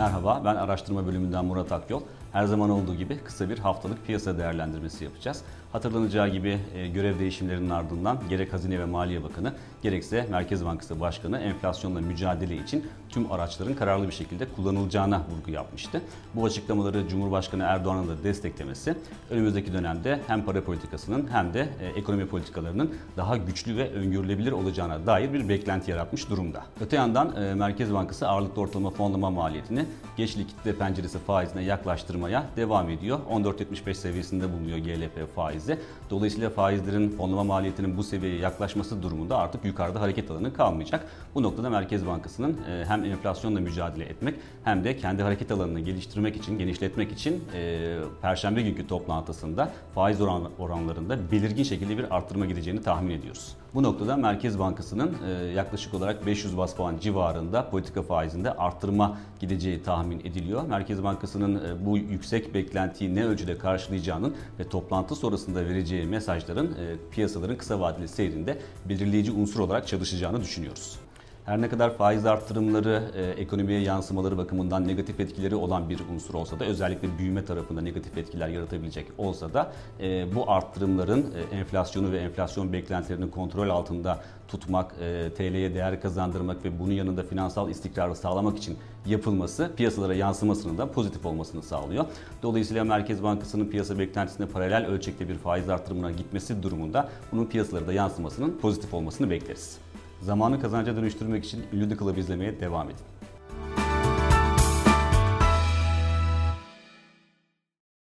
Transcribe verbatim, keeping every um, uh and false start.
Merhaba, ben araştırma bölümünden Murat Akyol. Her zaman olduğu gibi kısa bir haftalık piyasa değerlendirmesi yapacağız. Hatırlanacağı gibi e, görev değişimlerinin ardından gerek Hazine ve Maliye Bakanı gerekse Merkez Bankası Başkanı enflasyonla mücadele için tüm araçların kararlı bir şekilde kullanılacağına vurgu yapmıştı. Bu açıklamaları Cumhurbaşkanı Erdoğan'ın da desteklemesi önümüzdeki dönemde hem para politikasının hem de e, ekonomi politikalarının daha güçlü ve öngörülebilir olacağına dair bir beklenti yaratmış durumda. Öte yandan e, Merkez Bankası ağırlıklı ortalama fonlama maliyetini geç likitte penceresi faizine yaklaştırmaya devam ediyor. on dört virgül yetmiş beş seviyesinde bulunuyor G L P faizi. Dolayısıyla faizlerin fonlama maliyetinin bu seviyeye yaklaşması durumunda artık yukarıda hareket alanı kalmayacak. Bu noktada Merkez Bankası'nın hem enflasyonla mücadele etmek hem de kendi hareket alanını geliştirmek için, genişletmek için Perşembe günkü toplantısında faiz oran, oranlarında belirgin şekilde bir arttırma gideceğini tahmin ediyoruz. Bu noktada Merkez Bankası'nın yaklaşık olarak beş yüz baz puan civarında politika faizinde arttırma gideceği tahmin ediliyor. Merkez Bankası'nın bu yüksek beklentiyi ne ölçüde karşılayacağının ve toplantı sonrasında vereceği mesajların piyasaların kısa vadeli seyrinde belirleyici unsur olarak çalışacağını düşünüyoruz. Her ne kadar faiz arttırımları e, ekonomiye yansımaları bakımından negatif etkileri olan bir unsur olsa da, özellikle büyüme tarafında negatif etkiler yaratabilecek olsa da e, bu arttırımların e, enflasyonu ve enflasyon beklentilerini kontrol altında tutmak, e, T L'ye değer kazandırmak ve bunun yanında finansal istikrarı sağlamak için yapılması piyasalara yansımasının da pozitif olmasını sağlıyor. Dolayısıyla Merkez Bankası'nın piyasa beklentisine paralel ölçekte bir faiz arttırımına gitmesi durumunda bunun piyasalara da yansımasının pozitif olmasını bekleriz. Zamanı kazanca dönüştürmek için Ünlü The Club izlemeye devam edin.